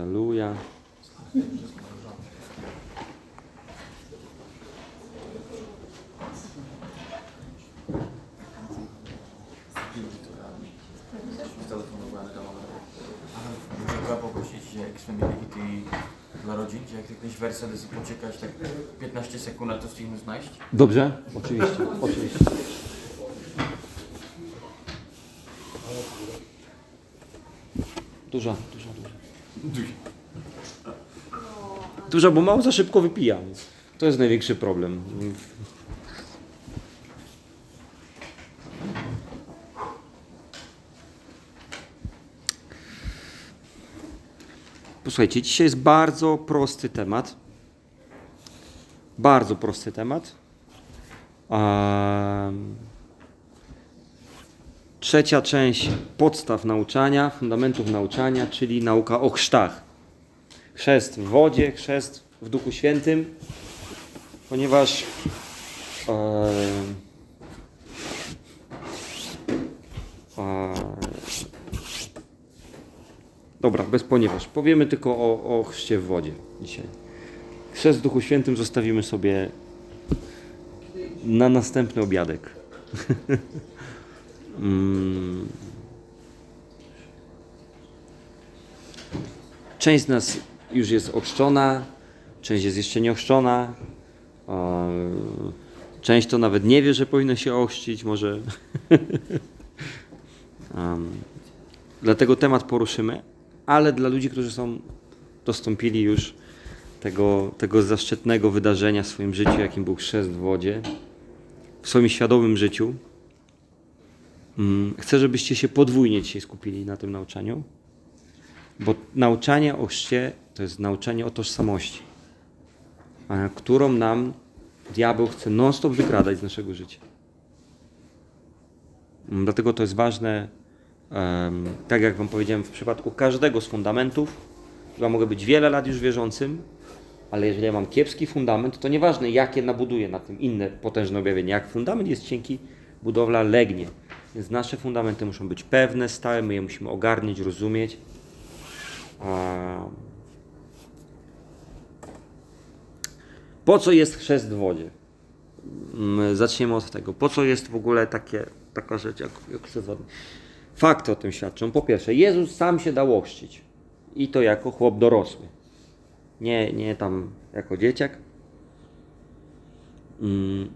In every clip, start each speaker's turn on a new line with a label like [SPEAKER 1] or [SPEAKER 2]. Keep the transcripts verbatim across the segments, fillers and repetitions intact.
[SPEAKER 1] Halleluja.
[SPEAKER 2] Trzeba poprosić, jak jsme mieli i ty dla rodzin, že jak řekneš verse, kde si počekáš, tak piętnaście sekund na to stihnu znajść.
[SPEAKER 1] Dobrze? Oczywiście, oczywiście. Duża, duża, duża. Duża, bo mało za szybko wypijam. To jest największy problem. Posłuchajcie, dzisiaj jest bardzo prosty temat. Bardzo prosty temat. Um, trzecia część podstaw nauczania, fundamentów nauczania, czyli nauka o chrztach. Chrzest w wodzie, chrzest w Duchu Świętym, ponieważ um, um, dobra, bez ponieważ. Powiemy tylko o, o chrzcie w wodzie dzisiaj. Chrzest w Duchu Świętym zostawimy sobie na następny obiadek. mm. Część z nas już jest ochrzczona, część jest jeszcze nie ochrzczona. Część to nawet nie wie, że powinno się ochrzcić, może. um. Dlatego temat poruszymy, ale dla ludzi, którzy są dostąpili już tego, tego zaszczytnego wydarzenia w swoim życiu, jakim był chrzest w wodzie, w swoim świadomym życiu, chcę, żebyście się podwójnie dzisiaj skupili na tym nauczaniu, bo nauczanie o chrzcie to jest nauczanie o tożsamości, którą nam diabeł chce non-stop wykradać z naszego życia. Dlatego to jest ważne, tak jak wam powiedziałem, w przypadku każdego z fundamentów. Ja mogę być wiele lat już wierzącym, ale jeżeli ja mam kiepski fundament, to nieważne, jakie nabuduję na tym inne potężne objawienie. Jak fundament jest cienki, budowla legnie. Więc nasze fundamenty muszą być pewne, stałe, my je musimy ogarniać, rozumieć. Po co jest chrzest w wodzie? Zaczniemy od tego. Po co jest w ogóle takie, taka rzecz jak, jak chrzest wodny? Fakty o tym świadczą. Po pierwsze, Jezus sam się dał ochrzcić. I to jako chłop dorosły. Nie, nie tam jako dzieciak. Hmm.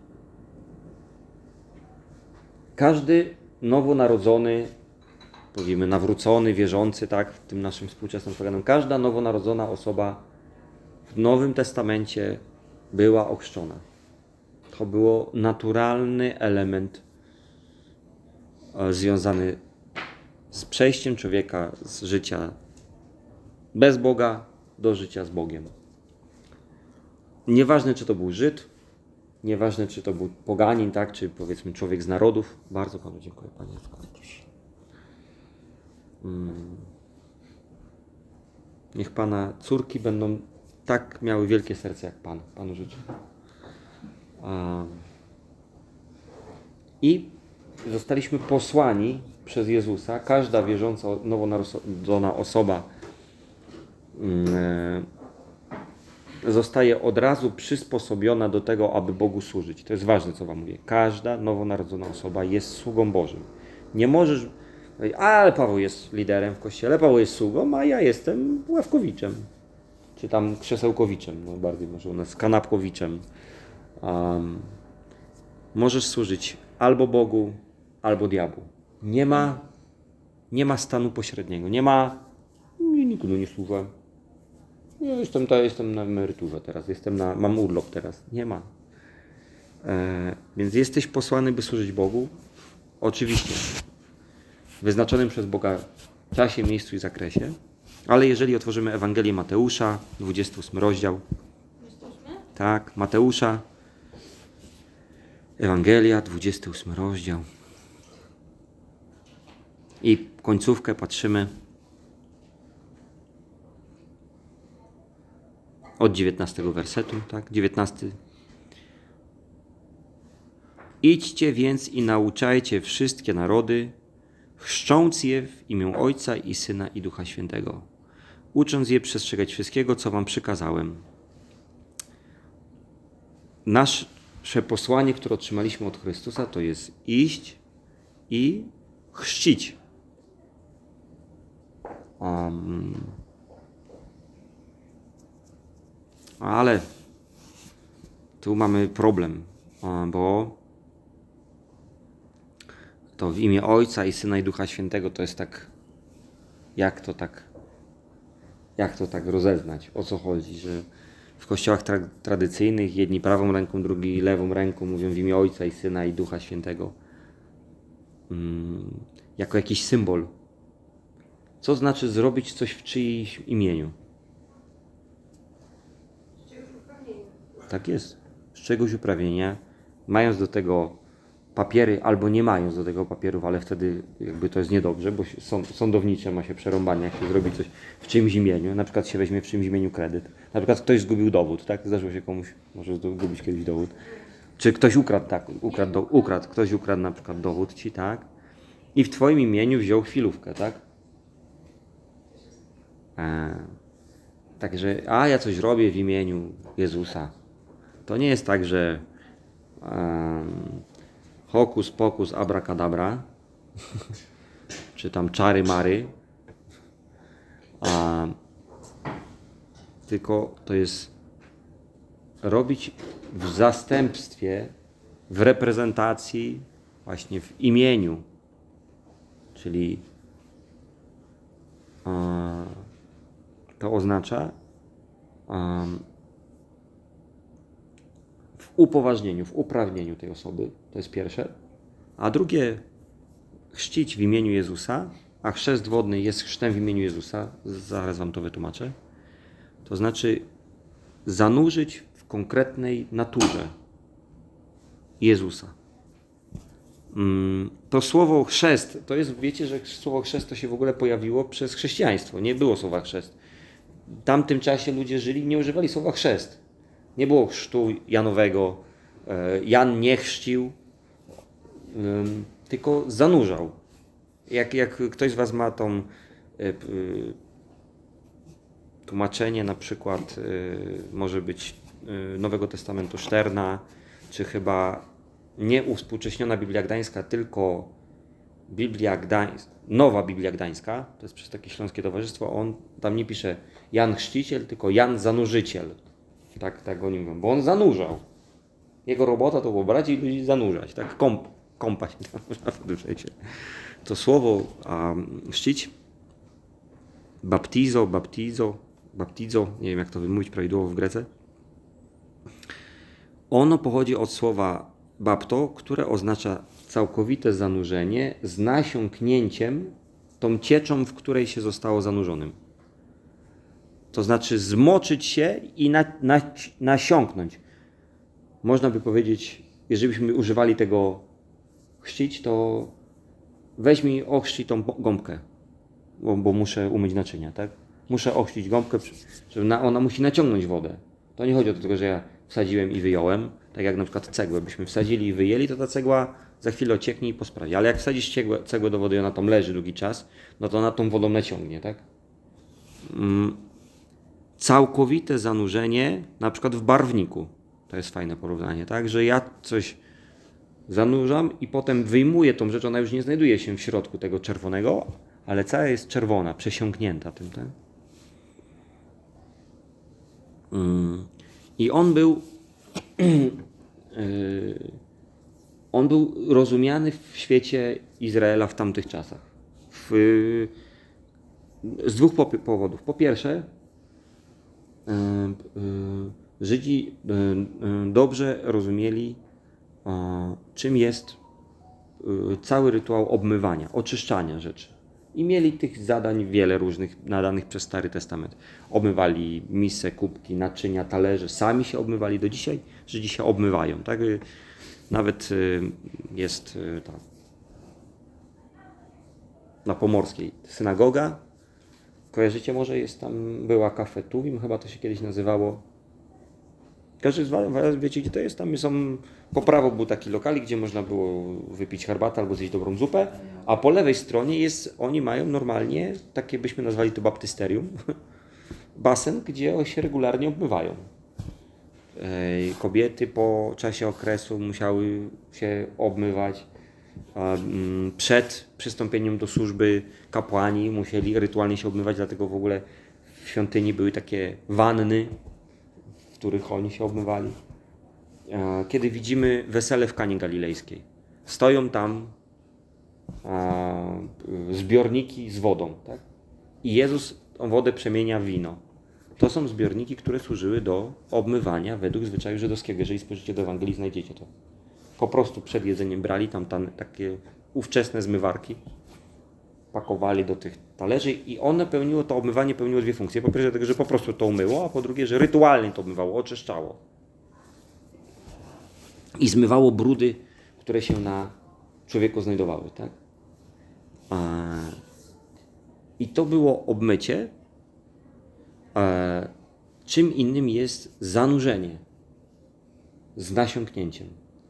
[SPEAKER 1] Każdy nowonarodzony, powiemy nawrócony, wierzący, tak, w tym naszym współczesnym poglądem, każda nowonarodzona osoba w Nowym Testamencie była ochrzczona. To było naturalny element związany z przejściem człowieka z życia bez Boga do życia z Bogiem. Nieważne, czy to był Żyd, nieważne, czy to był poganin, tak, czy powiedzmy człowiek z narodów. Bardzo Panu dziękuję, Panie. Hmm. Niech Pana córki będą tak miały wielkie serce jak Pan. Panu życzę. Um. I zostaliśmy posłani przez Jezusa. Każda wierząca, nowonarodzona osoba zostaje od razu przysposobiona do tego, aby Bogu służyć. To jest ważne, co wam mówię. Każda nowonarodzona osoba jest sługą Bożym. Nie możesz powiedzieć, ale Paweł jest liderem w kościele, Paweł jest sługą, a ja jestem ławkowiczem. Czy tam krzesełkowiczem, no bardziej może u nas kanapkowiczem. Um, możesz służyć albo Bogu, albo diabłu. Nie ma, nie ma stanu pośredniego. Nie ma, nie, nikomu nie służę. Ja jestem, ta, jestem na emeryturze teraz, jestem na, mam urlop teraz. Nie ma. E, więc jesteś posłany, by służyć Bogu. Oczywiście w wyznaczonym przez Boga czasie, miejscu i zakresie. Ale jeżeli otworzymy Ewangelię Mateusza, dwudziesty ósmy rozdział. Tak, Mateusza. Ewangelia, dwudziesty ósmy rozdział. I końcówkę patrzymy. Od dziewiętnastego wersetu, tak? dziewiętnasty. Idźcie więc i nauczajcie wszystkie narody, chrzcząc je w imię Ojca i Syna i Ducha Świętego, ucząc je przestrzegać wszystkiego, co wam przykazałem. Nasze posłanie, które otrzymaliśmy od Chrystusa, to jest iść i chrzcić. Um, ale tu mamy problem, bo to w imię Ojca i Syna i Ducha Świętego to jest tak, jak to tak, jak to tak rozeznać, o co chodzi, że w kościołach tra- tradycyjnych jedni prawą ręką, drugi lewą ręką mówią w imię Ojca i Syna i Ducha Świętego. Hmm, jako jakiś symbol. Co znaczy zrobić coś w czyimś imieniu?
[SPEAKER 3] Z czegoś uprawnienia.
[SPEAKER 1] Tak jest. Z czegoś uprawnienia, mając do tego papiery, albo nie mając do tego papierów, ale wtedy jakby to jest niedobrze, bo sąd, sądownicze ma się przerąbanie, jak się zrobi coś w czyimś imieniu, na przykład się weźmie w czyimś imieniu kredyt, na przykład ktoś zgubił dowód, tak? Zdarzyło się komuś, może zgubić kiedyś dowód. Czy ktoś ukradł, tak, ukradł, do, ukradł, ktoś ukradł na przykład dowód ci, tak? I w twoim imieniu wziął chwilówkę, tak? E, także, a ja coś robię w imieniu Jezusa. To nie jest tak, że um, hokus pokus abracadabra, czy tam czary mary, a, tylko to jest robić w zastępstwie, w reprezentacji, właśnie w imieniu, czyli a, to oznacza a, w upoważnieniu, w uprawnieniu tej osoby, to jest pierwsze, a drugie chrzcić w imieniu Jezusa, a chrzest wodny jest chrztem w imieniu Jezusa, zaraz wam to wytłumaczę, to znaczy zanurzyć w konkretnej naturze Jezusa. To słowo chrzest, to jest, wiecie, że słowo chrzest to się w ogóle pojawiło przez chrześcijaństwo, nie było słowa chrzest. W tamtym czasie ludzie żyli, nie używali słowa chrzest. Nie było chrztu Janowego, Jan nie chrzcił, tylko zanurzał. Jak, jak ktoś z was ma tą y, y, tłumaczenie, na przykład y, może być y, Nowego Testamentu Szterna, czy chyba nie uwspółcześniona Biblia Gdańska, tylko Biblia Gdańska, Nowa Biblia Gdańska, to jest przez takie śląskie towarzystwo, on tam nie pisze Jan Chrzciciel, tylko Jan Zanurzyciel. Tak, tak oni mówią, bo on zanurzał. Jego robota to było brać i ludzi zanurzać, tak? Kąp, kąpać w tym sensie. To słowo um, chrzcić, baptizo, baptizo, baptizo, nie wiem jak to wymówić prawidłowo w grece. Ono pochodzi od słowa bapto, które oznacza całkowite zanurzenie z nasiąknięciem tą cieczą, w której się zostało zanurzonym. To znaczy zmoczyć się i na, na, nasiąknąć. Można by powiedzieć, jeżeli byśmy używali tego chrzcić, to weź mi ochrzci tą gąbkę, bo, bo muszę umyć naczynia, tak? Muszę ochrzcić gąbkę, że ona, ona musi naciągnąć wodę. To nie chodzi o to, że ja wsadziłem i wyjąłem, tak jak na przykład cegłę byśmy wsadzili i wyjęli, to ta cegła za chwilę ocieknie i posprawi. Ale jak wsadzisz cegłę, cegłę do wody i ona tam leży długi czas, no to ona tą wodą naciągnie, tak? Mm. Całkowite zanurzenie, na przykład w barwniku. To jest fajne porównanie, tak? Że ja coś zanurzam i potem wyjmuję tą rzecz, ona już nie znajduje się w środku tego czerwonego, ale cała jest czerwona, przesiąknięta tym, tak? Mm. I on był yy, on był rozumiany w świecie Izraela w tamtych czasach. W, yy, z dwóch powodów. Po pierwsze, Żydzi dobrze rozumieli, czym jest cały rytuał obmywania, oczyszczania rzeczy. I mieli tych zadań wiele różnych nadanych przez Stary Testament. Obmywali misy, kubki, naczynia, talerze, sami się obmywali. Do dzisiaj Żydzi się obmywają. Tak? Nawet jest ta, na Pomorskiej synagoga. Kojarzycie może? Jest tam, była Kafetuwim, chyba to się kiedyś nazywało. Każdy z was wiecie, gdzie to jest? Tam są, po prawo był taki lokalik, gdzie można było wypić herbatę albo zjeść dobrą zupę, a po lewej stronie jest, oni mają normalnie, takie byśmy nazwali to baptysterium, basen, gdzie się regularnie obmywają. Kobiety po czasie okresu musiały się obmywać. Przed przystąpieniem do służby kapłani musieli rytualnie się obmywać, dlatego w ogóle w świątyni były takie wanny, w których oni się obmywali. Kiedy widzimy wesele w Kanie Galilejskiej, stoją tam zbiorniki z wodą, tak? I Jezus tą wodę przemienia w wino. To są zbiorniki, które służyły do obmywania według zwyczaju żydowskiego. Jeżeli spojrzycie do Ewangelii, znajdziecie to. Po prostu przed jedzeniem brali tam, tam takie ówczesne zmywarki, pakowali do tych talerzy i one pełniło, to obmywanie pełniło dwie funkcje. Po pierwsze dlatego, że po prostu to umyło, a po drugie, że rytualnie to obmywało, oczyszczało. I zmywało brudy, które się na człowieku znajdowały, tak? I to było obmycie. Czym innym jest zanurzenie z nasiąknięciem.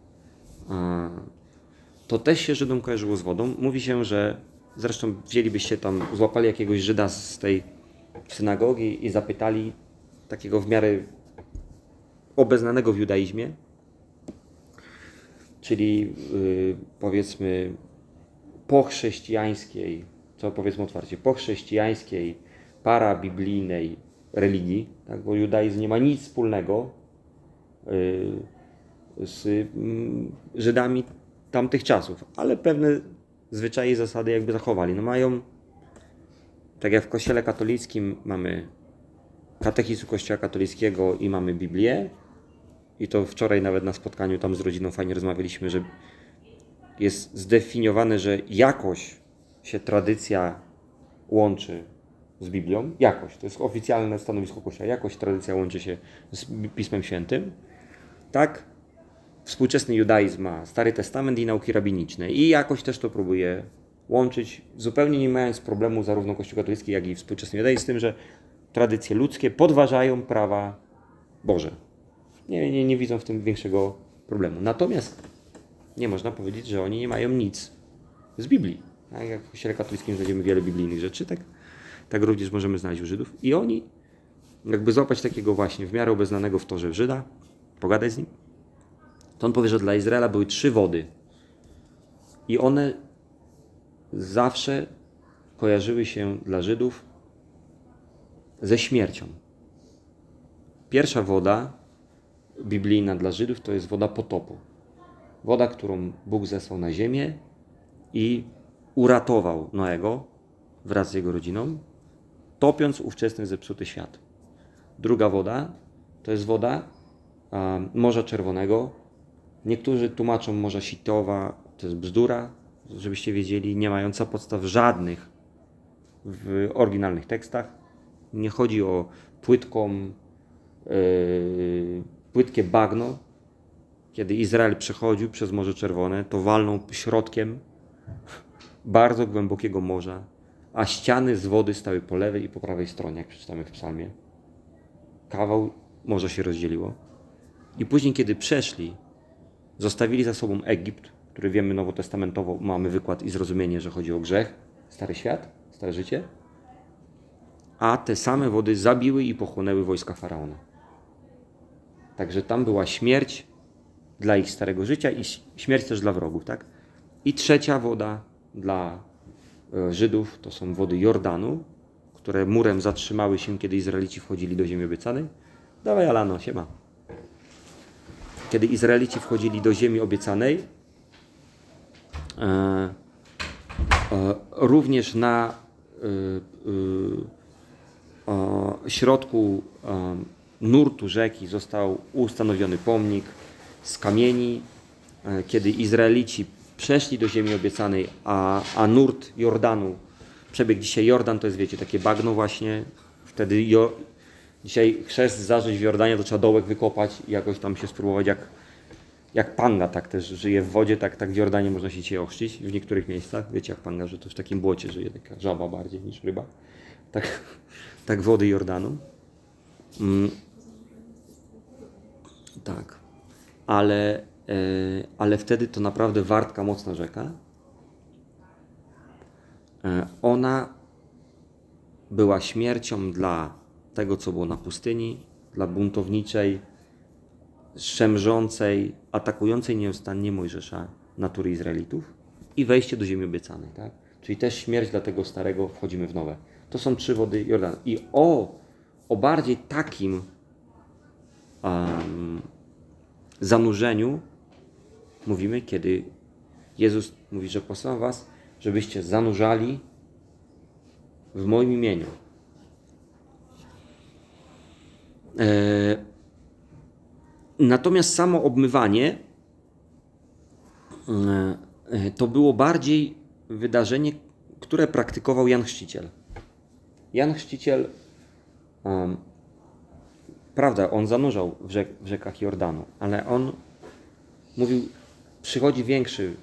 [SPEAKER 1] To też się Żydom kojarzyło z wodą. Mówi się, że zresztą wzięlibyście tam, złapali jakiegoś Żyda z tej synagogi i zapytali takiego w miarę obeznanego w judaizmie, czyli yy, powiedzmy po chrześcijańskiej, co powiedzmy otwarcie, po chrześcijańskiej, parabiblijnej religii, tak, bo judaizm nie ma nic wspólnego yy, z yy, Żydami tamtych czasów, ale pewne zwyczaje i zasady jakby zachowali. No mają, tak jak w Kościele katolickim mamy katechizm Kościoła katolickiego i mamy Biblię, i to wczoraj nawet na spotkaniu tam z rodziną fajnie rozmawialiśmy, że jest zdefiniowane, że jakoś się tradycja łączy z Biblią, jakoś, to jest oficjalne stanowisko Kościoła, jakoś tradycja łączy się z Pismem Świętym, tak współczesny judaizm ma Stary Testament i nauki rabiniczne i jakoś też to próbuje łączyć, zupełnie nie mając problemu zarówno Kościół katolicki, jak i współczesny judaizm z tym, że tradycje ludzkie podważają prawa Boże. Nie, nie, nie widzą w tym większego problemu. Natomiast nie można powiedzieć, że oni nie mają nic z Biblii. Tak jak w Kościele katolickim znajdziemy wiele biblijnych rzeczy, tak, tak również możemy znaleźć u Żydów. I oni, jakby złapać takiego właśnie w miarę obeznanego w torze Żyda, pogadać z nim, to on powie, że dla Izraela były trzy wody. I one zawsze kojarzyły się dla Żydów ze śmiercią. Pierwsza woda biblijna dla Żydów to jest woda potopu. Woda, którą Bóg zesłał na ziemię i uratował Noego wraz z jego rodziną, topiąc ówczesny zepsuty świat. Druga woda to jest woda a, Morza Czerwonego. Niektórzy tłumaczą Morza Sitowa, to jest bzdura, żebyście wiedzieli, nie mająca podstaw żadnych w oryginalnych tekstach. Nie chodzi o płytką, yy, płytkie bagno. Kiedy Izrael przechodził przez Morze Czerwone, to walnął środkiem bardzo głębokiego morza, a ściany z wody stały po lewej i po prawej stronie, jak przeczytamy w psalmie. Kawał morza się rozdzieliło. I później, kiedy przeszli, zostawili za sobą Egipt, który wiemy nowotestamentowo, mamy wykład i zrozumienie, że chodzi o grzech, stary świat, stare życie, a te same wody zabiły i pochłonęły wojska Faraona. Także tam była śmierć dla ich starego życia i śmierć też dla wrogów, tak? I trzecia woda dla Żydów to są wody Jordanu, które murem zatrzymały się, kiedy Izraelici wchodzili do ziemi obiecanej. Dawaj, Alano, siema. Kiedy Izraelici wchodzili do ziemi obiecanej, e, e, również na e, e, środku e, nurtu rzeki został ustanowiony pomnik z kamieni. E, kiedy Izraelici przeszli do ziemi obiecanej, a, a nurt Jordanu, przebieg dzisiaj Jordan, to jest, wiecie, takie bagno właśnie, wtedy jo, dzisiaj chrzest zażyć w Jordanie, to trzeba dołek wykopać i jakoś tam się spróbować, jak, jak panga tak też żyje w wodzie, tak, tak w Jordanie można się dzisiaj ochrzcić w niektórych miejscach, wiecie jak panga, że to w takim błocie żyje, taka żaba bardziej niż ryba, tak, tak wody Jordanu. Mm. Tak, ale ale wtedy to naprawdę wartka, mocna rzeka. Ona była śmiercią dla tego, co było na pustyni, dla buntowniczej, szemrzącej, atakującej nieustannie Mojżesza natury Izraelitów i wejście do ziemi obiecanej. Tak? Czyli też śmierć dla tego starego, wchodzimy w nowe. To są trzy wody Jordanu. I o, o bardziej takim um, zanurzeniu mówimy, kiedy Jezus mówi, że posłał was, żebyście zanurzali w moim imieniu. E, natomiast samo obmywanie e, to było bardziej wydarzenie, które praktykował Jan Chrzciciel. Jan Chrzciciel, um, prawda, on zanurzał w, rzek, w rzekach Jordanu, ale on mówił, przychodzi większy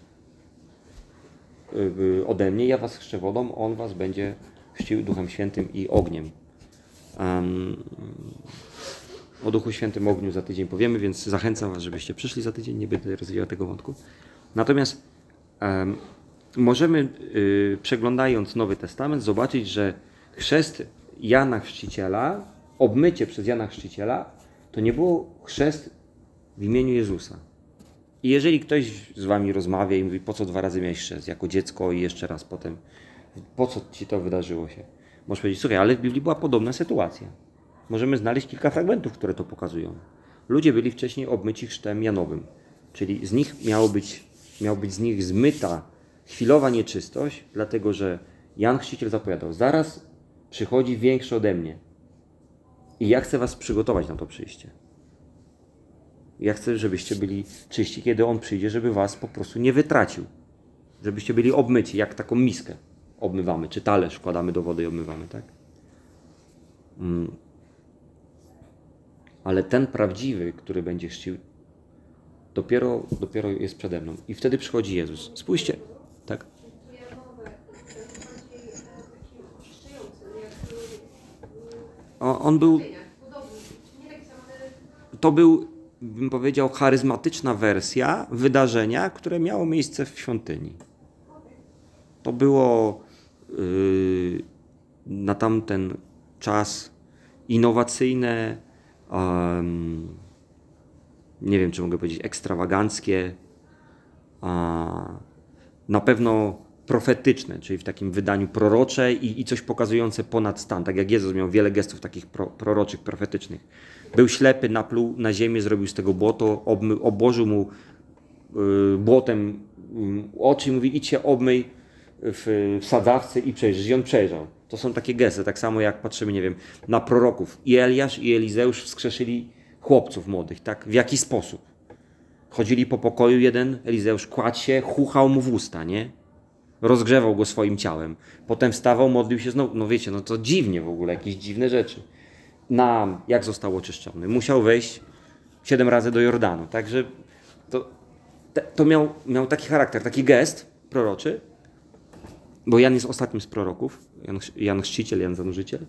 [SPEAKER 1] ode mnie, ja was chrzczę wodą, on was będzie chrzcił Duchem Świętym i ogniem. Um, o Duchu Świętym ogniu za tydzień powiemy, więc zachęcam was, żebyście przyszli za tydzień, nie będę rozwijał tego wątku. Natomiast um, możemy, y, przeglądając Nowy Testament, zobaczyć, że chrzest Jana Chrzciciela, obmycie przez Jana Chrzciciela, to nie było chrzest w imieniu Jezusa. I jeżeli ktoś z wami rozmawia i mówi, po co dwa razy miałeś chrzest, jako dziecko i jeszcze raz potem, po co ci to wydarzyło się? Możesz powiedzieć, słuchaj, ale w Biblii była podobna sytuacja. Możemy znaleźć kilka fragmentów, które to pokazują. Ludzie byli wcześniej obmyci chrztem Janowym, czyli z nich miało być, miał być z nich zmyta chwilowa nieczystość, dlatego że Jan Chrzciciel zapowiadał, zaraz przychodzi większy ode mnie i ja chcę was przygotować na to przyjście. Ja chcę, żebyście byli czyści, kiedy On przyjdzie, żeby was po prostu nie wytracił. Żebyście byli obmyci, jak taką miskę obmywamy, czy talerz wkładamy do wody i obmywamy, tak? Mm. Ale ten prawdziwy, który będzie chrzcił, dopiero, dopiero jest przede mną. I wtedy przychodzi Jezus. Spójrzcie, tak? O, on był... To był, bym powiedział, charyzmatyczna wersja wydarzenia, które miało miejsce w świątyni. To było yy, na tamten czas innowacyjne, um, nie wiem, czy mogę powiedzieć, ekstrawaganckie, a na pewno profetyczne, czyli w takim wydaniu prorocze i, i coś pokazujące ponad stan. Tak jak Jezus miał wiele gestów takich pro, proroczych, profetycznych. Był ślepy, napluł na ziemię, zrobił z tego błoto, obmy, obłożył mu y, błotem y, oczy i mówi, idź się obmyj w, w sadzawce i przejrzysz. I on przejrzał. To są takie gesty, tak samo jak patrzymy, nie wiem, na proroków. I Eliasz, i Elizeusz wskrzeszyli chłopców młodych, tak? W jaki sposób? Chodzili po pokoju, jeden Elizeusz kładł się, chuchał mu w usta, nie? Rozgrzewał go swoim ciałem. Potem wstawał, modlił się znowu. No wiecie, no to dziwnie w ogóle, jakieś dziwne rzeczy. Naam, jak został oczyszczony? Musiał wejść siedem razy do Jordanu. Także to, to miał, miał taki charakter, taki gest proroczy, bo Jan jest ostatnim z proroków, Jan, Jan Chrzciciel, Jan Zanurzyciel,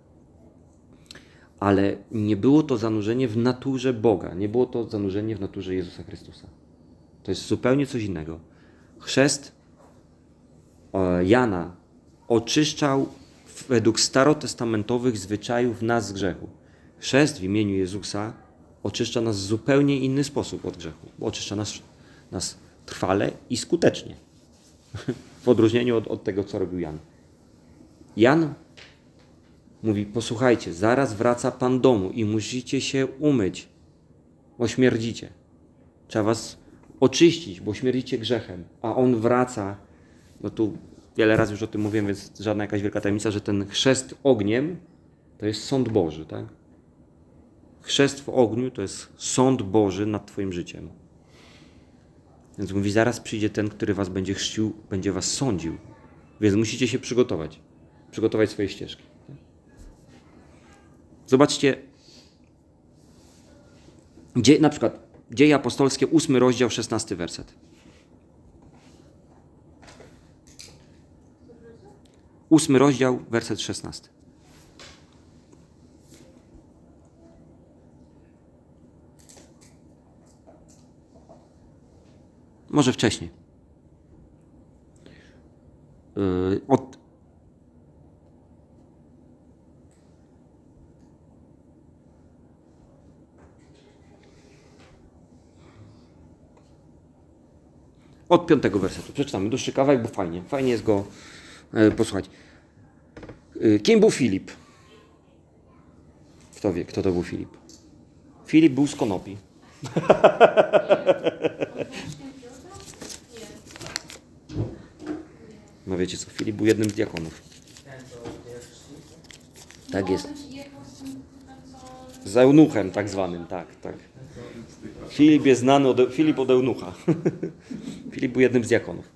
[SPEAKER 1] ale nie było to zanurzenie w naturze Boga, nie było to zanurzenie w naturze Jezusa Chrystusa. To jest zupełnie coś innego. Chrzest Jana oczyszczał według starotestamentowych zwyczajów nas z grzechu. Chrzest w imieniu Jezusa oczyszcza nas w zupełnie inny sposób od grzechu, bo oczyszcza nas, nas trwale i skutecznie. W odróżnieniu od, od tego, co robił Jan. Jan mówi, posłuchajcie, zaraz wraca Pan domu i musicie się umyć, bo śmierdzicie. Trzeba was oczyścić, bo śmierdzicie grzechem. A On wraca, no tu wiele razy już o tym mówiłem, więc żadna jakaś wielka tajemnica, że ten chrzest ogniem to jest sąd Boży, tak? Chrzest w ogniu to jest sąd Boży nad twoim życiem. Więc mówi, zaraz przyjdzie ten, który was będzie chrzcił, będzie was sądził. Więc musicie się przygotować. Przygotować swoje ścieżki. Zobaczcie, dzie, na przykład Dzieje Apostolskie, ósmy rozdział, szesnasty werset. Ósmy rozdział, werset szesnasty. Może wcześniej. Yy, od Od piątego wersetu. Przeczytamy dłuższy kawałek, bo fajnie. Fajnie jest go e, posłuchać. E, kim był Filip? Kto wie, kto to był Filip? Filip był z konopi. No wiecie co, Filip był jednym z diakonów. Tak jest. Z eunuchem tak zwanym, tak, tak. Filip jest znany od, Filip od eunucha. Filip był jednym z diakonów.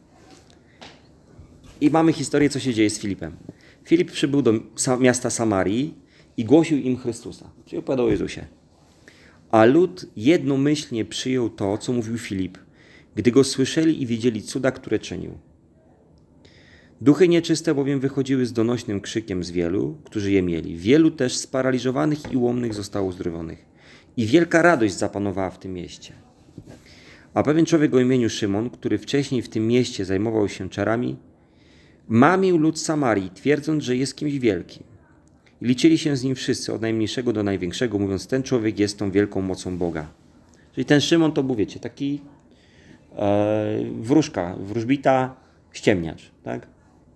[SPEAKER 1] I mamy historię, co się dzieje z Filipem. Filip przybył do miasta Samarii i głosił im Chrystusa, czyli opowiadał o Jezusie. A lud jednomyślnie przyjął to, co mówił Filip, gdy go słyszeli i widzieli cuda, które czynił. Duchy nieczyste bowiem wychodziły z donośnym krzykiem z wielu, którzy je mieli. Wielu też sparaliżowanych i ułomnych zostało uzdrowionych. I wielka radość zapanowała w tym mieście. A pewien człowiek o imieniu Szymon, który wcześniej w tym mieście zajmował się czarami, mamił lud Samarii, twierdząc, że jest kimś wielkim. I liczyli się z nim wszyscy, od najmniejszego do największego, mówiąc, ten człowiek jest tą wielką mocą Boga. Czyli ten Szymon to był, wiecie, taki e, wróżka, wróżbita, ściemniacz, tak?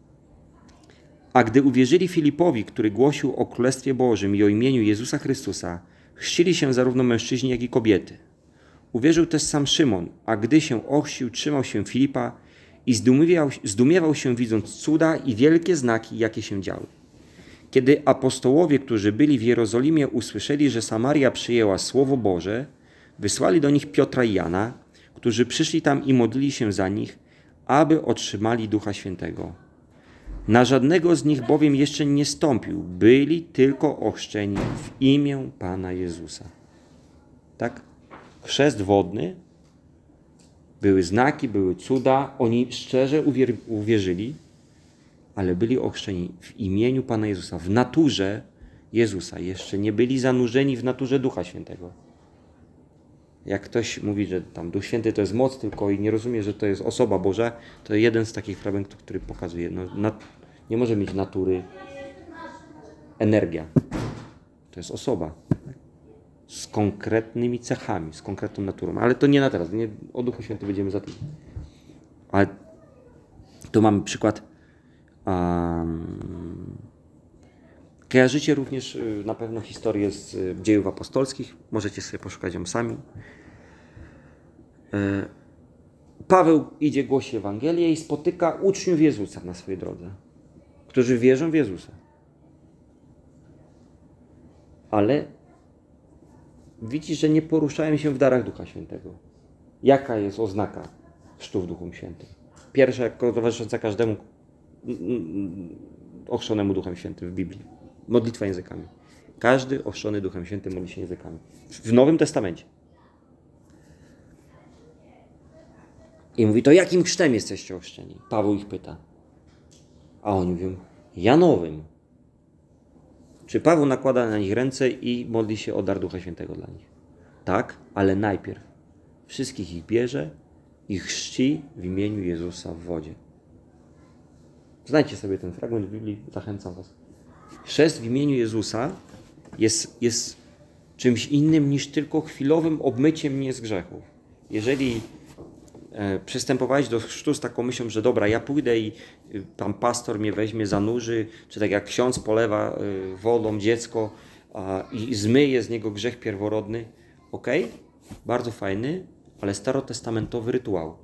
[SPEAKER 1] A gdy uwierzyli Filipowi, który głosił o Królestwie Bożym i o imieniu Jezusa Chrystusa, chrzcili się zarówno mężczyźni, jak i kobiety. Uwierzył też sam Szymon, a gdy się ochrzcił, trzymał się Filipa i zdumiewał, zdumiewał się, widząc cuda i wielkie znaki, jakie się działy. Kiedy apostołowie, którzy byli w Jerozolimie, usłyszeli, że Samaria przyjęła Słowo Boże, wysłali do nich Piotra i Jana, którzy przyszli tam i modlili się za nich, aby otrzymali Ducha Świętego. Na żadnego z nich bowiem jeszcze nie stąpił, byli tylko ochrzczeni w imię Pana Jezusa. Tak? Chrzest wodny, były znaki, były cuda, oni szczerze uwier- uwierzyli, ale byli ochrzczeni w imieniu Pana Jezusa, w naturze Jezusa. Jeszcze nie byli zanurzeni w naturze Ducha Świętego. Jak ktoś mówi, że tam Duch Święty to jest moc tylko i nie rozumie, że to jest osoba Boża, to jeden z takich fragmentów, który pokazuje, no, nat- nie może mieć natury energia. To jest osoba. Z konkretnymi cechami, z konkretną naturą. Ale to nie na teraz. Nie, o Duchu Świętym będziemy za tym. Ale tu mamy przykład. Um, kojarzycie również na pewno historię z dziejów apostolskich. Możecie sobie poszukać ją sami. Paweł idzie głosić Ewangelię i spotyka uczniów Jezusa na swojej drodze, którzy wierzą w Jezusa. Ale widzi, że nie poruszają się w darach Ducha Świętego. Jaka jest oznaka chrztu w Duchu Świętym? Pierwsza, jako towarzysząca każdemu ochrzczonemu Duchem Świętym w Biblii. Modlitwa językami. Każdy ochrzczony Duchem Świętym modli się językami. W Nowym Testamencie. I mówi, to jakim chrztem jesteście ochrzczeni? Paweł ich pyta. A oni mówią, Janowym. Czy Paweł nakłada na nich ręce i modli się o dar Ducha Świętego dla nich? Tak, ale najpierw wszystkich ich bierze i chrzci w imieniu Jezusa w wodzie. Znajdźcie sobie ten fragment w Biblii, zachęcam was. Chrzest w imieniu Jezusa jest, jest czymś innym niż tylko chwilowym obmyciem mnie z grzechów. Jeżeli e, przystępowałeś do chrztu z taką myślą, że dobra, ja pójdę i y, tam pastor mnie weźmie, zanurzy, czy tak jak ksiądz polewa y, wodą dziecko a, i zmyje z niego grzech pierworodny, okej, okay? Bardzo fajny, ale starotestamentowy rytuał.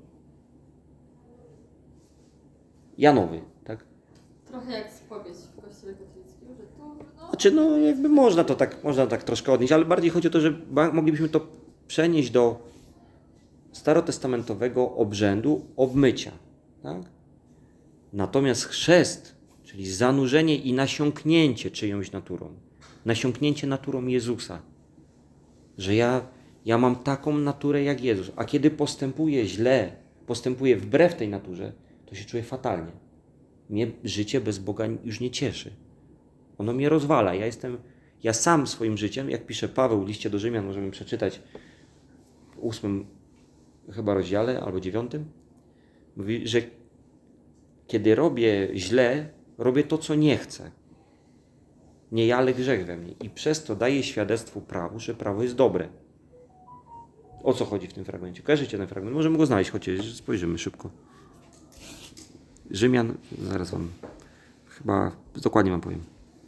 [SPEAKER 1] Janowy, tak?
[SPEAKER 3] Trochę jak spowiedź w kościele katolickim, że tu, no...
[SPEAKER 1] Znaczy, no jakby można to tak, można tak troszkę odnieść, ale bardziej chodzi o to, że moglibyśmy to przenieść do starotestamentowego obrzędu obmycia, tak? Natomiast chrzest, czyli zanurzenie i nasiąknięcie czyjąś naturą, nasiąknięcie naturą Jezusa, że ja, ja mam taką naturę jak Jezus, a kiedy postępuję źle, postępuję wbrew tej naturze, to się czuję fatalnie. Mnie życie bez Boga już nie cieszy. Ono mnie rozwala. Ja jestem, ja sam swoim życiem, jak pisze Paweł w liście do Rzymian, możemy przeczytać w ósmym chyba rozdziale albo dziewiątym, mówi, że kiedy robię źle, robię to, co nie chcę. Nie ja, ale grzech we mnie. I przez to daję świadectwu prawu, że prawo jest dobre. O co chodzi w tym fragmencie? Kojarzycie ten fragment? Możemy go znaleźć, chociaż spojrzymy szybko. Rzymian, zaraz wam, chyba dokładnie wam powiem.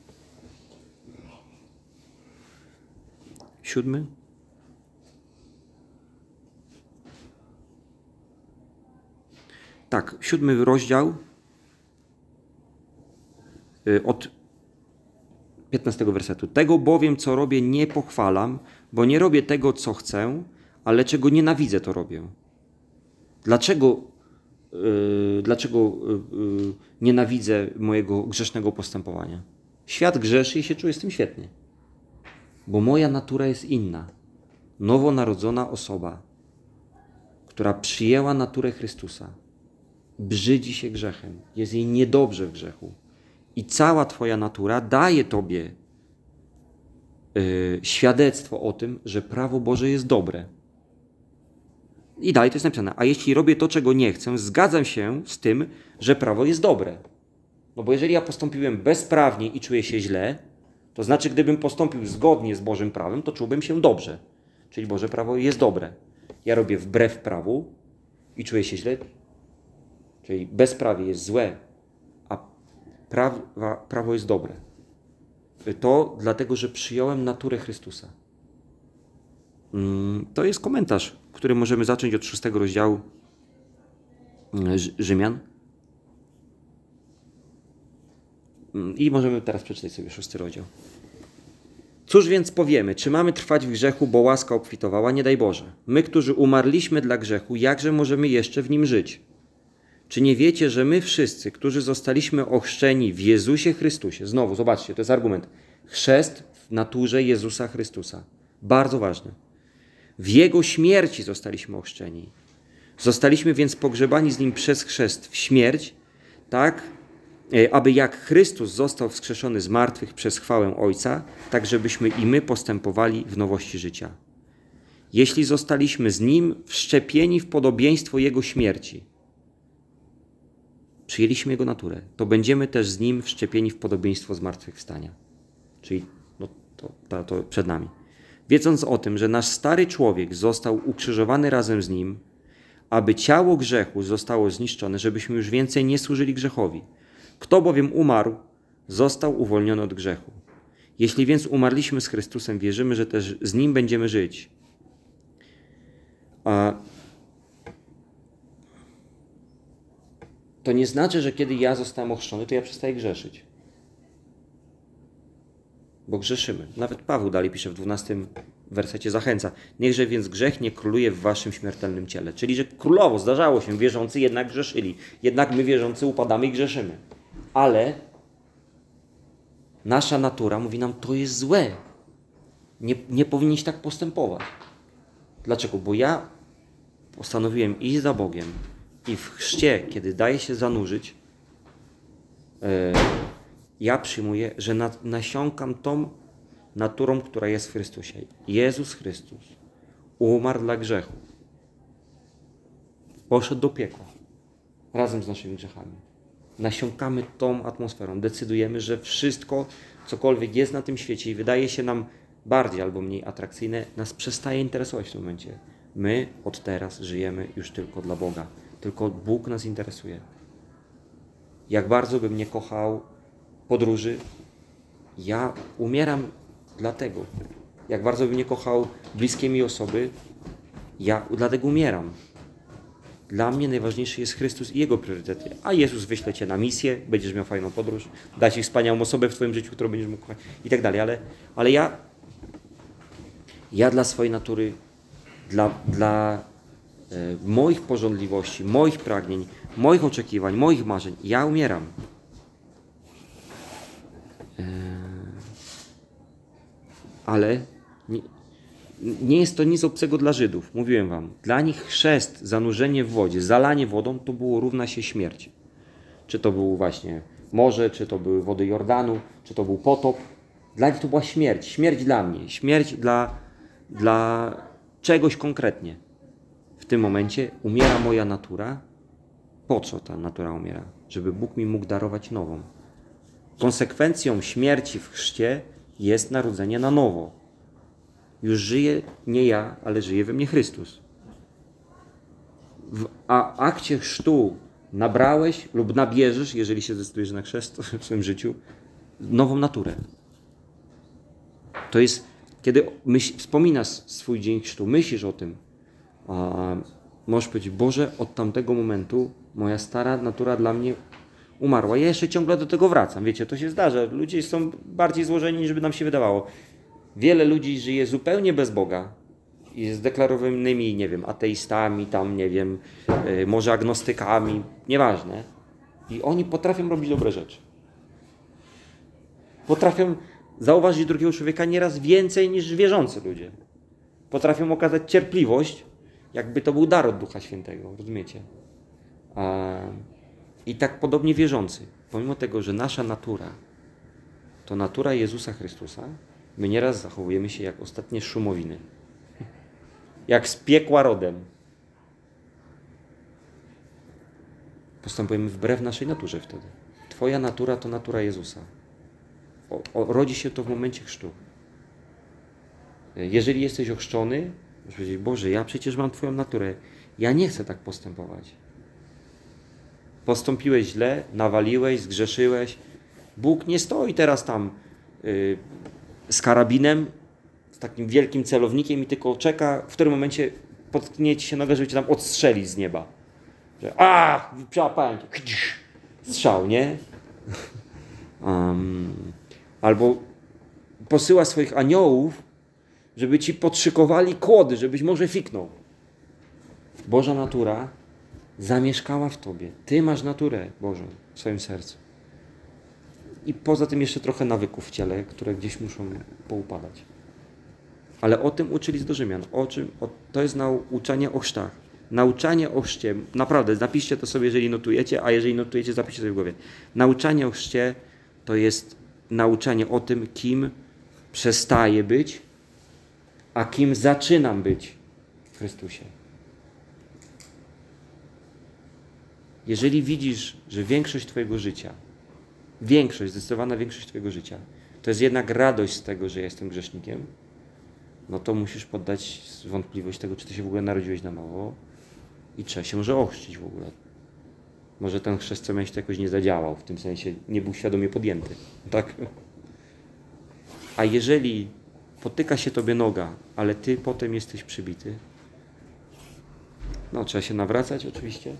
[SPEAKER 1] Siódmy. Tak, siódmy rozdział y, od piętnastego wersetu. Tego bowiem, co robię, nie pochwalam, bo nie robię tego, co chcę, ale czego nienawidzę, to robię. Dlaczego, yy, dlaczego yy, nienawidzę mojego grzesznego postępowania? Świat grzeszy i się czuję z tym świetnie. Bo moja natura jest inna. Nowonarodzona osoba, która przyjęła naturę Chrystusa, brzydzi się grzechem, jest jej niedobrze w grzechu. I cała twoja natura daje tobie yy, świadectwo o tym, że prawo Boże jest dobre. I dalej to jest napisane. A jeśli robię to, czego nie chcę, zgadzam się z tym, że prawo jest dobre. No bo jeżeli ja postąpiłem bezprawnie i czuję się źle, to znaczy, gdybym postąpił zgodnie z Bożym prawem, to czułbym się dobrze. Czyli Boże prawo jest dobre. Ja robię wbrew prawu i czuję się źle, czyli bezprawie jest złe, a prawa, prawo jest dobre. To dlatego, że przyjąłem naturę Chrystusa. To jest komentarz, który możemy zacząć od szóstego rozdziału Rzymian. I możemy teraz przeczytać sobie szósty rozdział. Cóż więc powiemy? Czy mamy trwać w grzechu, bo łaska obfitowała? Nie daj Boże. My, którzy umarliśmy dla grzechu, jakże możemy jeszcze w nim żyć? Czy nie wiecie, że my wszyscy, którzy zostaliśmy ochrzczeni w Jezusie Chrystusie, znowu, zobaczcie, to jest argument, chrzest w naturze Jezusa Chrystusa, bardzo ważny, w Jego śmierci zostaliśmy ochrzczeni. Zostaliśmy więc pogrzebani z Nim przez chrzest w śmierć, tak, aby jak Chrystus został wskrzeszony z martwych przez chwałę Ojca, tak żebyśmy i my postępowali w nowości życia. Jeśli zostaliśmy z Nim wszczepieni w podobieństwo Jego śmierci, przyjęliśmy Jego naturę, to będziemy też z Nim wszczepieni w podobieństwo zmartwychwstania. Czyli no, to, to, to przed nami. Wiedząc o tym, że nasz stary człowiek został ukrzyżowany razem z Nim, aby ciało grzechu zostało zniszczone, żebyśmy już więcej nie służyli grzechowi. Kto bowiem umarł, został uwolniony od grzechu. Jeśli więc umarliśmy z Chrystusem, wierzymy, że też z Nim będziemy żyć. A to nie znaczy, że kiedy ja zostałem ochrzczony, to ja przestaję grzeszyć. Bo grzeszymy. Nawet Paweł dalej pisze w dwunastym wersecie, zachęca. Niechże więc grzech nie króluje w waszym śmiertelnym ciele. Czyli, że królowo, zdarzało się, wierzący jednak grzeszyli. Jednak my wierzący upadamy i grzeszymy. Ale nasza natura mówi nam, to jest złe. Nie, nie powinieneś tak postępować. Dlaczego? Bo ja postanowiłem iść za Bogiem i w chrzcie, kiedy daję się zanurzyć, yy, ja przyjmuję, że na, nasiąkam tą naturą, która jest w Chrystusie. Jezus Chrystus umarł dla grzechu. Poszedł do piekła razem z naszymi grzechami. Nasiąkamy tą atmosferą. Decydujemy, że wszystko, cokolwiek jest na tym świecie i wydaje się nam bardziej albo mniej atrakcyjne, nas przestaje interesować w tym momencie. My od teraz żyjemy już tylko dla Boga. Tylko Bóg nas interesuje. Jak bardzo bym nie kochał podróży, ja umieram dlatego. Jak bardzo bym nie kochał bliskie mi osoby, ja dlatego umieram. Dla mnie najważniejszy jest Chrystus i Jego priorytety. A Jezus wyśle cię na misję, będziesz miał fajną podróż, da ci wspaniałą osobę w twoim życiu, którą będziesz mógł kochać i tak dalej. Ale, ale ja, ja dla swojej natury, dla, dla e, moich pożądliwości, moich pragnień, moich oczekiwań, moich marzeń, ja umieram. E, ale nie, nie jest to nic obcego dla Żydów. Mówiłem wam. Dla nich chrzest, zanurzenie w wodzie, zalanie wodą to było równa się śmierci. Czy to był właśnie morze, czy to były wody Jordanu, czy to był potop. Dla nich to była śmierć. Śmierć dla mnie. Śmierć dla, dla czegoś konkretnie. W tym momencie umiera moja natura. Po co ta natura umiera? Żeby Bóg mi mógł darować nową. Konsekwencją śmierci w chrzcie jest narodzenie na nowo. Już żyje nie ja, ale żyje we mnie Chrystus. W a akcie chrztu nabrałeś lub nabierzesz, jeżeli się zdecydujesz na chrzest w swoim życiu, nową naturę. To jest, kiedy myśl, wspominasz swój dzień chrztu, myślisz o tym, a możesz powiedzieć, Boże, od tamtego momentu moja stara natura dla mnie umarła. Ja jeszcze ciągle do tego wracam. Wiecie, to się zdarza. Ludzie są bardziej złożeni, niż by nam się wydawało. Wiele ludzi żyje zupełnie bez Boga i z deklarowanymi, nie wiem, ateistami, tam, nie wiem, yy, może agnostykami, nieważne. I oni potrafią robić dobre rzeczy. Potrafią zauważyć drugiego człowieka nieraz więcej niż wierzący ludzie. Potrafią okazać cierpliwość, jakby to był dar od Ducha Świętego, rozumiecie? A, I tak podobnie wierzący. Pomimo tego, że nasza natura to natura Jezusa Chrystusa, my nieraz zachowujemy się jak ostatnie szumowiny. Jak z piekła rodem. Postępujemy wbrew naszej naturze wtedy. Twoja natura to natura Jezusa. O, o, rodzi się to w momencie chrztu. Jeżeli jesteś ochrzczony, możesz powiedzieć, Boże, ja przecież mam Twoją naturę. Ja nie chcę tak postępować. Postąpiłeś źle, nawaliłeś, zgrzeszyłeś. Bóg nie stoi teraz tam yy, z karabinem, z takim wielkim celownikiem i tylko czeka, w którym momencie potknie ci się noga, żeby cię tam odstrzelić z nieba. Że a, przełapałem cię. Strzał, nie? Um, albo posyła swoich aniołów, żeby ci podszykowali kłody, żebyś może fiknął. Boża natura zamieszkała w tobie. Ty masz naturę Bożą w swoim sercu. I poza tym jeszcze trochę nawyków w ciele, które gdzieś muszą poupadać. Ale o tym uczyli z do Rzymian. O czym? O, to jest nauczanie o chrztach. Nauczanie o chrzcie, naprawdę, napiszcie to sobie, jeżeli notujecie, a jeżeli notujecie, zapiszcie sobie w głowie. Nauczanie o chrzcie to jest nauczanie o tym, kim przestaję być, a kim zaczynam być w Chrystusie. Jeżeli widzisz, że większość twojego życia, większość, zdecydowana większość twojego życia, to jest jednak radość z tego, że jestem grzesznikiem, no to musisz poddać wątpliwość tego, czy ty się w ogóle narodziłeś na nowo i trzeba się może ochrzcić w ogóle. Może ten chrzest, co miałeś, to jakoś nie zadziałał, w tym sensie nie był świadomie podjęty. Tak? A jeżeli potyka się tobie noga, ale ty potem jesteś przybity, no trzeba się nawracać oczywiście,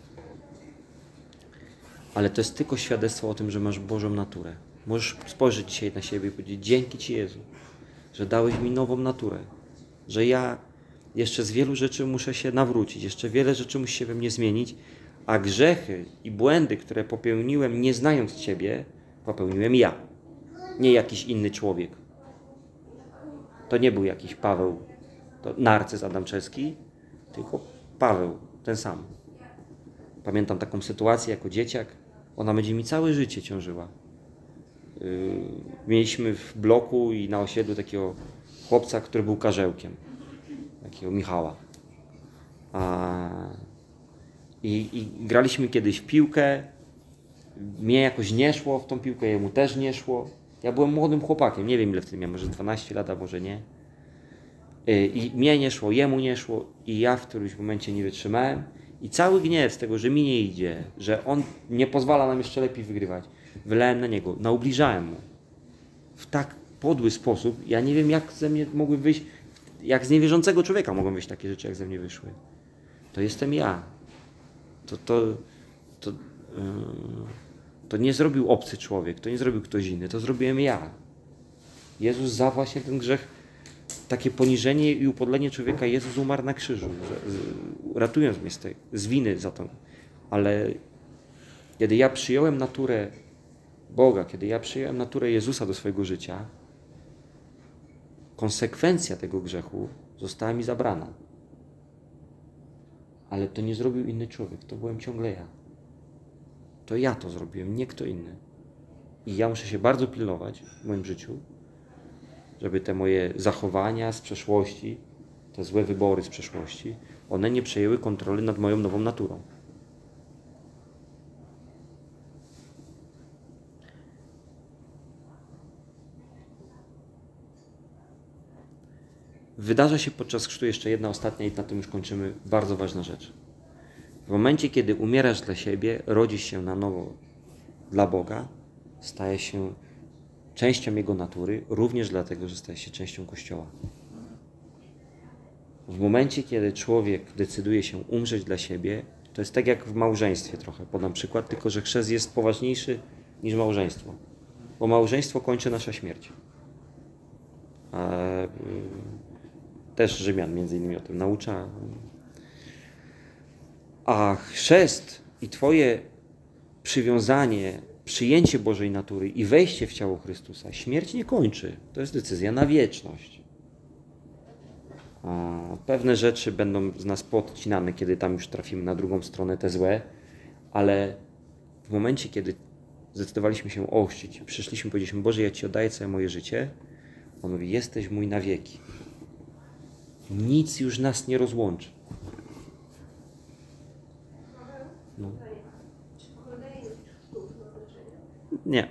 [SPEAKER 1] ale to jest tylko świadectwo o tym, że masz Bożą naturę. Możesz spojrzeć dzisiaj na siebie i powiedzieć, dzięki Ci Jezu, że dałeś mi nową naturę, że ja jeszcze z wielu rzeczy muszę się nawrócić, jeszcze wiele rzeczy musi się we mnie zmienić, a grzechy i błędy, które popełniłem nie znając Ciebie, popełniłem ja, nie jakiś inny człowiek. To nie był jakiś Paweł, to Narcyz Adamczewski, tylko Paweł, ten sam. Pamiętam taką sytuację jako dzieciak, ona będzie mi całe życie ciążyła. Yy, mieliśmy w bloku i na osiedlu takiego chłopca, który był karzełkiem, takiego Michała. A, i, I graliśmy kiedyś w piłkę, mnie jakoś nie szło w tą piłkę, jemu też nie szło. Ja byłem młodym chłopakiem, nie wiem ile wtedy miałem, może dwanaście lat, a może nie. Yy, I mnie nie szło, jemu nie szło i ja w którymś momencie nie wytrzymałem. I cały gniew z tego, że mi nie idzie, że on nie pozwala nam jeszcze lepiej wygrywać, wylałem na niego, naubliżałem mu. W tak podły sposób, ja nie wiem jak ze mnie mogły wyjść, jak z niewierzącego człowieka mogą wyjść takie rzeczy, jak ze mnie wyszły. To jestem ja. To, to, to, yy, to nie zrobił obcy człowiek, to nie zrobił ktoś inny, to zrobiłem ja. Jezus za właśnie ten grzech, takie poniżenie i upodlenie człowieka, Jezus umarł na krzyżu, ratując mnie z, tej, z winy za to. Ale kiedy ja przyjąłem naturę Boga, kiedy ja przyjąłem naturę Jezusa do swojego życia, konsekwencja tego grzechu została mi zabrana. Ale to nie zrobił inny człowiek, to byłem ciągle ja. To ja to zrobiłem, nie kto inny. I ja muszę się bardzo pilnować w moim życiu, żeby te moje zachowania z przeszłości, te złe wybory z przeszłości, one nie przejęły kontroli nad moją nową naturą. wydarza się podczas chrztu jeszcze jedna ostatnia i na tym już kończymy, bardzo ważna rzecz. W momencie, kiedy umierasz dla siebie, rodzisz się na nowo dla Boga, stajesz się częścią Jego natury, również dlatego, że stajesz się częścią Kościoła. W momencie, kiedy człowiek decyduje się umrzeć dla siebie, to jest tak jak w małżeństwie trochę, podam przykład, tylko że chrzest jest poważniejszy niż małżeństwo. Bo małżeństwo kończy nasza śmierć. A, y, też Rzymian między innymi o tym naucza. A chrzest i twoje przywiązanie, przyjęcie Bożej natury i wejście w ciało Chrystusa, śmierć nie kończy. To jest decyzja na wieczność. A pewne rzeczy będą z nas podcinane, kiedy tam już trafimy na drugą stronę, te złe, ale w momencie, kiedy zdecydowaliśmy się ochrzcić, przyszliśmy, powiedzieliśmy, Boże, ja Ci oddaję całe moje życie, On mówi, jesteś mój na wieki. Nic już nas nie rozłączy. No. Nie.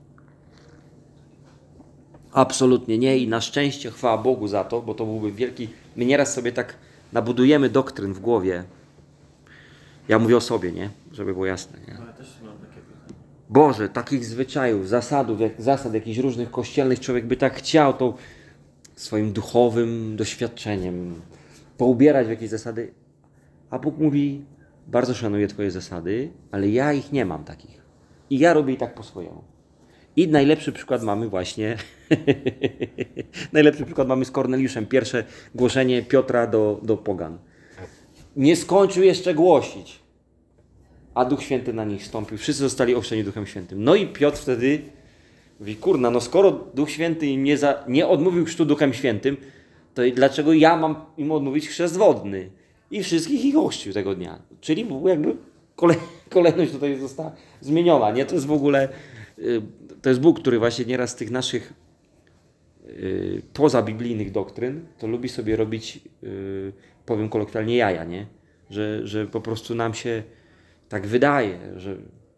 [SPEAKER 1] Absolutnie nie i na szczęście chwała Bogu za to, bo to byłby wielki... My nieraz sobie tak nabudujemy doktryn w głowie. Ja mówię o sobie, nie? Żeby było jasne, nie?
[SPEAKER 2] Ale też mam takie pytanie.
[SPEAKER 1] Boże, takich zwyczajów, zasadów, jak, zasad jakichś różnych kościelnych człowiek by tak chciał, to swoim duchowym doświadczeniem poubierać w jakieś zasady. A Bóg mówi, bardzo szanuję Twoje zasady, ale ja ich nie mam takich. I ja robię i tak po swojemu. I najlepszy przykład mamy właśnie, najlepszy przykład mamy z Korneliuszem. Pierwsze głoszenie Piotra do, do pogan. Nie skończył jeszcze głosić, a Duch Święty na nich stąpił. Wszyscy zostali ochrzczeni Duchem Świętym. No i Piotr wtedy mówi, kurna, no skoro Duch Święty im nie, za, nie odmówił chrztu Duchem Świętym, to i dlaczego ja mam im odmówić chrzest wodny? I wszystkich ich ochrzcił tego dnia. Czyli jakby kolej, kolejność tutaj została zmieniona. Nie? To jest w ogóle, to jest Bóg, który właśnie nieraz z tych naszych yy, pozabiblijnych doktryn, to lubi sobie robić, yy, powiem kolokwialnie, jaja, nie? Że, że po prostu nam się tak wydaje, że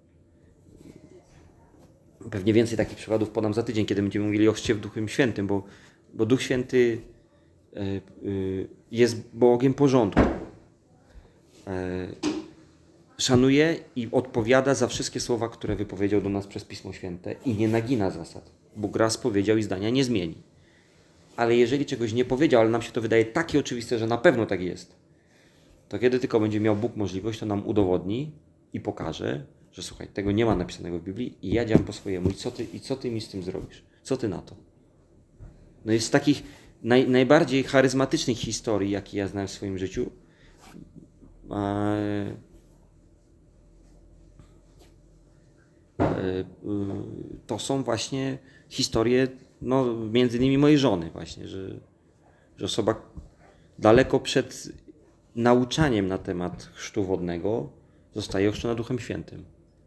[SPEAKER 1] pewnie więcej takich przykładów podam za tydzień, kiedy będziemy mówili o chrzcie w Duchem Świętym, bo, bo Duch Święty yy, yy, jest Bogiem porządku. Yy, szanuje i odpowiada za wszystkie słowa, które wypowiedział do nas przez Pismo Święte i nie nagina zasad. Bóg raz powiedział i zdania nie zmieni. Ale jeżeli czegoś nie powiedział, ale nam się to wydaje takie oczywiste, że na pewno tak jest, to kiedy tylko będzie miał Bóg możliwość, to nam udowodni i pokaże, że słuchaj, tego nie ma napisanego w Biblii i ja działam po swojemu. I co ty, i co ty mi z tym zrobisz? Co ty na to? No jest z takich naj, najbardziej charyzmatycznych historii, jakie ja znałem w swoim życiu, e, to są właśnie historie, no, między innymi mojej żony właśnie, że, że osoba daleko przed nauczaniem na temat chrztu wodnego zostaje ochrzczona Duchem Świętym.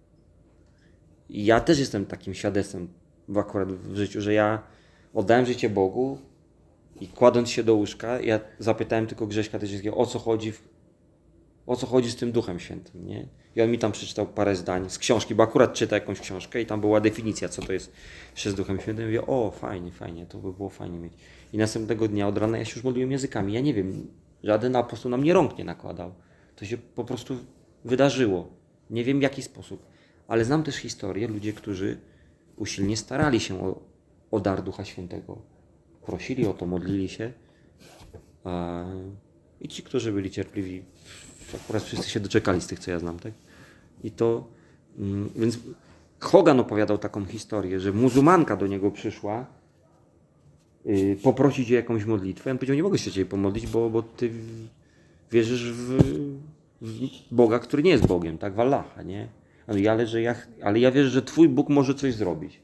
[SPEAKER 1] I ja też jestem takim świadectwem w akurat w życiu, że ja oddałem życie Bogu i kładąc się do łóżka, ja zapytałem tylko Grześka Tyczyńskiego, o co chodzi w, o co chodzi z tym Duchem Świętym, nie? I on mi tam przeczytał parę zdań z książki, bo akurat czyta jakąś książkę i tam była definicja, co to jest chrzest Duchem Świętym. I mówię, o, fajnie, fajnie, to by było fajnie mieć. I następnego dnia od rana ja się już modliłem językami. Ja nie wiem, żaden apostoł nam nie rąk nie nakładał. To się po prostu wydarzyło. Nie wiem w jaki sposób. Ale znam też historię, ludzie, którzy usilnie starali się o, o dar Ducha Świętego. Prosili o to, modlili się. A, i ci, którzy byli cierpliwi, akurat wszyscy się doczekali z tych, co ja znam, tak? I to, mm, więc Hogan opowiadał taką historię, że muzułmanka do niego przyszła yy, poprosić o jakąś modlitwę. On powiedział, nie mogę się ciebie pomodlić, bo, bo ty wierzysz w, w Boga, który nie jest Bogiem, tak? W Allaha, nie? Ale, że ja, ale ja wierzę, że twój Bóg może coś zrobić.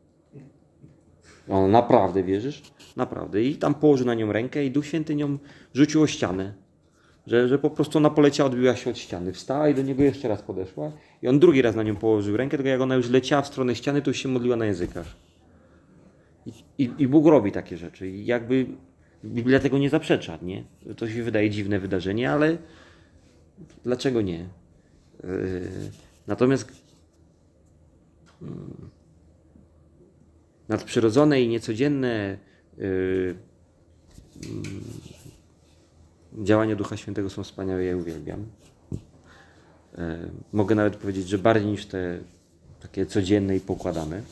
[SPEAKER 1] No, naprawdę wierzysz? Naprawdę. I tam położył na nią rękę i Duch Święty nią rzucił o ścianę. Że, że po prostu ona poleciała, odbiła się od ściany. Wstała i do niego jeszcze raz podeszła. I on drugi raz na nią położył rękę, tylko jak ona już leciała w stronę ściany, to już się modliła na językach. I, i, i Bóg robi takie rzeczy. I jakby Biblia tego nie zaprzecza, nie? To się wydaje dziwne wydarzenie, ale dlaczego nie? Yy, natomiast yy, nadprzyrodzone i niecodzienne yy, Działania Ducha Świętego są wspaniałe, ja je uwielbiam. Mogę nawet powiedzieć, że bardziej niż te takie codzienne i pokładane.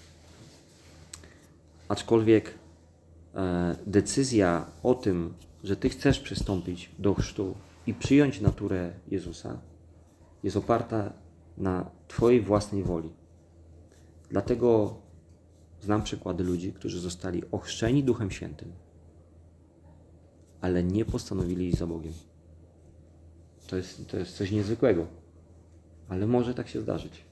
[SPEAKER 1] Aczkolwiek decyzja o tym, że Ty chcesz przystąpić do chrztu i przyjąć naturę Jezusa, jest oparta na Twojej własnej woli. Dlatego znam przykłady ludzi, którzy zostali ochrzczeni Duchem Świętym, ale nie postanowili iść za Bogiem. To jest, to jest coś niezwykłego, ale może tak się zdarzyć.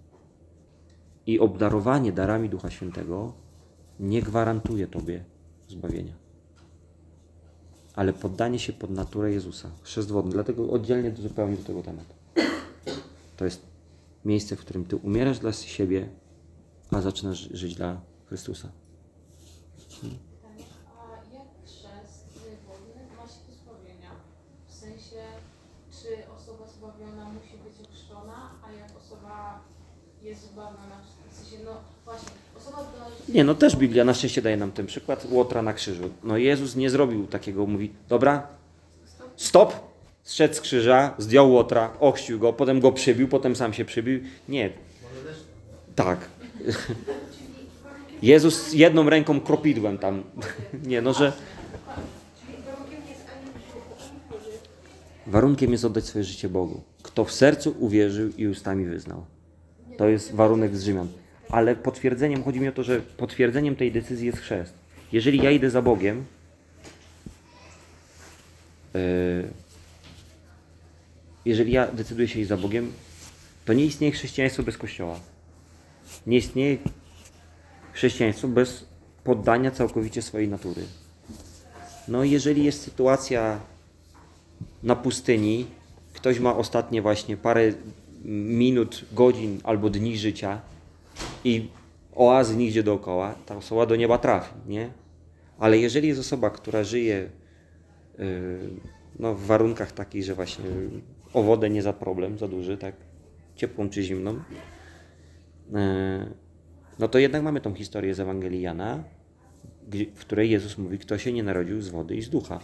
[SPEAKER 1] I obdarowanie darami Ducha Świętego nie gwarantuje Tobie zbawienia, ale poddanie się pod naturę Jezusa, chrzest wodny. Dlatego oddzielnie zupełnie do tego tematu. To jest miejsce, w którym Ty umierasz dla siebie, a zaczynasz żyć dla Chrystusa.
[SPEAKER 4] Pytanie, a jak chrzest wodny ma się do zbawienia? W sensie, czy osoba zbawiona musi być ochrzczona, a jak osoba jest zbawiona, w sensie, no właśnie, osoba do...
[SPEAKER 1] Nie, no też Biblia na szczęście daje nam ten przykład Łotra na krzyżu. No Jezus nie zrobił takiego, mówi, dobra, stop, zszedł z krzyża, zdjął Łotra, ochrzcił go, potem go przybił, potem sam się przybił. Nie. Tak. Jezus jedną ręką kropidłem tam. Nie, no że... Warunkiem jest oddać swoje życie Bogu. Kto w sercu uwierzył i ustami wyznał. To jest warunek z Rzymian. Ale potwierdzeniem, chodzi mi o to, że potwierdzeniem tej decyzji jest chrzest. Jeżeli ja idę za Bogiem, yy, jeżeli ja decyduję się iść za Bogiem, to nie istnieje chrześcijaństwo bez Kościoła. Nie istnieje chrześcijaństwo bez poddania całkowicie swojej natury. No jeżeli jest sytuacja na pustyni, ktoś ma ostatnie właśnie parę minut, godzin albo dni życia i oazy nigdzie dookoła, ta osoba do nieba trafi, nie? Ale jeżeli jest osoba, która żyje yy, no, w warunkach takich, że właśnie o wodę nie za problem, za duży, tak, ciepłą czy zimną, yy, no to jednak mamy tą historię z Ewangelii Jana, w której Jezus mówi, kto się nie narodził z wody i z ducha,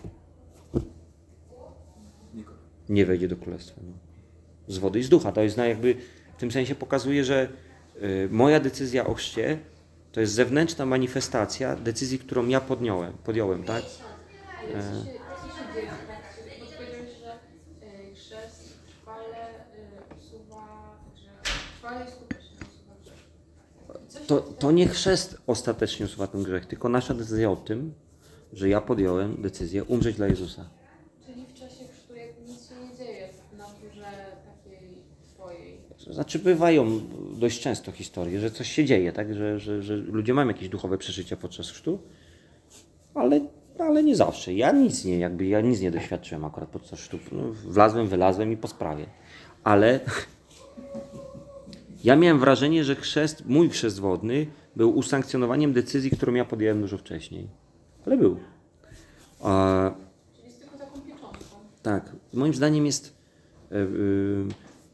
[SPEAKER 1] nie wejdzie do królestwa. No. Z wody i z ducha. To jest no, jakby w tym sensie pokazuje, że y, moja decyzja o chrzcie to jest zewnętrzna manifestacja decyzji, którą ja podjąłem, podjąłem, tak?
[SPEAKER 4] Ale co się, co się dzieje w trakcie? Bo powiedziałeś, że y, chrzest trwale y, usuwa grzech. Trwale i skutecznie usuwa grzech. Co się
[SPEAKER 1] To,
[SPEAKER 4] wtedy-
[SPEAKER 1] to nie chrzest ostatecznie usuwa ten grzech, tylko nasza decyzja o tym, że ja podjąłem decyzję umrzeć dla Jezusa.
[SPEAKER 4] Czyli w czasie chrztu jakby nic się nie dzieje w naturze takiej twojej.
[SPEAKER 1] Znaczy bywają dość często historie, że coś się dzieje, tak? Że, że, że ludzie mają jakieś duchowe przeżycia podczas chrztu, ale, ale nie zawsze. Ja nic nie, jakby ja nic nie doświadczyłem akurat podczas chrztu. No, wlazłem, wylazłem i po sprawie. Ale ja miałem wrażenie, że chrzest, mój chrzest wodny był usankcjonowaniem decyzji, którą ja podjąłem dużo wcześniej. Ale był. A,
[SPEAKER 4] Czyli jest tylko taką pieczątką.
[SPEAKER 1] tak, moim zdaniem jest yy, yy,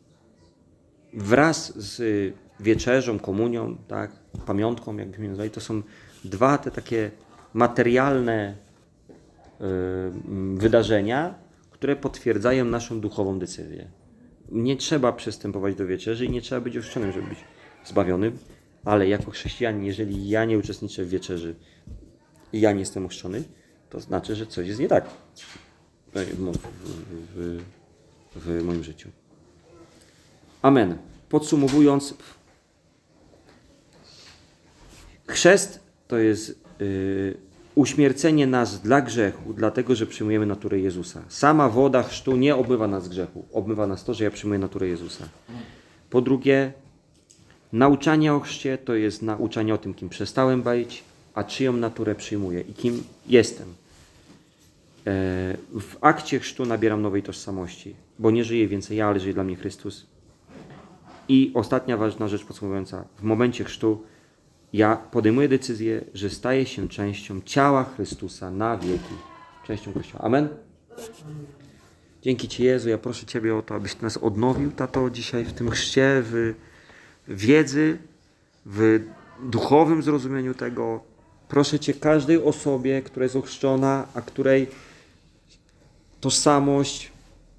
[SPEAKER 1] wraz z wieczerzą, komunią, tak, pamiątką, jakbyśmy je nazwali, to są dwa te takie materialne yy, wydarzenia, które potwierdzają naszą duchową decyzję. Nie trzeba przystępować do wieczerzy i nie trzeba być ochrzczonym, żeby być zbawionym, ale jako chrześcijanin, jeżeli ja nie uczestniczę w wieczerzy i ja nie jestem ochrzczony, to znaczy, że coś jest nie tak w, w, w, w moim życiu. Amen. Podsumowując, chrzest to jest y, uśmiercenie nas dla grzechu, dlatego, że przyjmujemy naturę Jezusa. Sama woda chrztu nie obmywa nas z grzechu. Obmywa nas to, że ja przyjmuję naturę Jezusa. Po drugie, nauczanie o chrzcie to jest nauczanie o tym, kim przestałem być, a czyją naturę przyjmuję i kim jestem. W akcie chrztu nabieram nowej tożsamości, bo nie żyję więcej ja, ale żyje dla mnie Chrystus. I ostatnia ważna rzecz podsumowująca. W momencie chrztu ja podejmuję decyzję, że staję się częścią ciała Chrystusa na wieki. Częścią Kościoła. Amen? Dzięki Ci, Jezu. Ja proszę Ciebie o to, abyś nas odnowił, Tato, dzisiaj w tym chrzcie, w wiedzy, w duchowym zrozumieniu tego, Proszę Cię, każdej osobie, która jest ochrzczona, a której tożsamość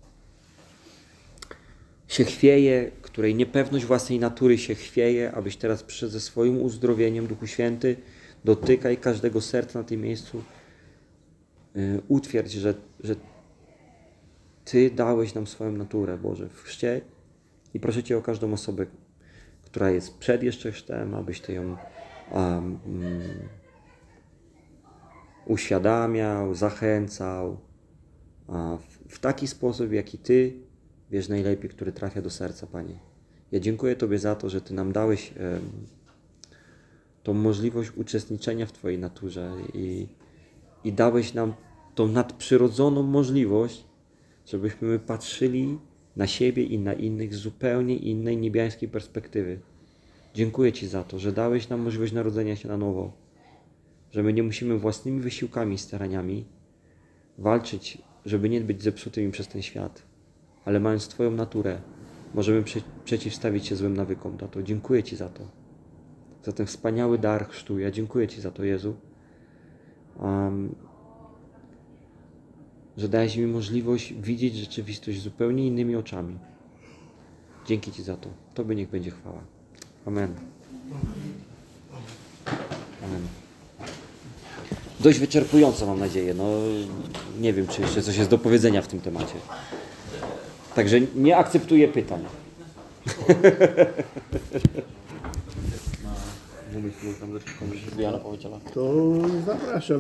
[SPEAKER 1] się chwieje, której niepewność własnej natury się chwieje, abyś teraz przyszedł ze swoim uzdrowieniem, Duchu Święty, dotykaj każdego serca na tym miejscu. Yy, utwierdź, że, że Ty dałeś nam swoją naturę, Boże, w chrzcie i proszę Cię o każdą osobę, która jest przed jeszcze chrztem, abyś Ty ją um, um, uświadamiał, zachęcał a w, w taki sposób, w jaki Ty wiesz najlepiej, który trafia do serca, Panie. Ja dziękuję Tobie za to, że Ty nam dałeś um, tą możliwość uczestniczenia w Twojej naturze i, i dałeś nam tą nadprzyrodzoną możliwość, żebyśmy patrzyli na siebie i na innych z zupełnie innej niebiańskiej perspektywy. Dziękuję Ci za to, że dałeś nam możliwość narodzenia się na nowo, że my nie musimy własnymi wysiłkami i staraniami walczyć, żeby nie być zepsutymi przez ten świat, ale mając Twoją naturę, możemy prze- przeciwstawić się złym nawykom. Tato, dziękuję Ci za to, za ten wspaniały dar chrztu. Ja dziękuję Ci za to, Jezu, um, że dałeś mi możliwość widzieć rzeczywistość zupełnie innymi oczami. Dzięki Ci za to. Tobie niech będzie chwała. Amen. Amen. Dość wyczerpująco, mam nadzieję. No, nie wiem, czy jeszcze coś jest do powiedzenia w tym temacie. Także nie akceptuję pytań.
[SPEAKER 2] Jana powiedziała.
[SPEAKER 5] To zapraszam.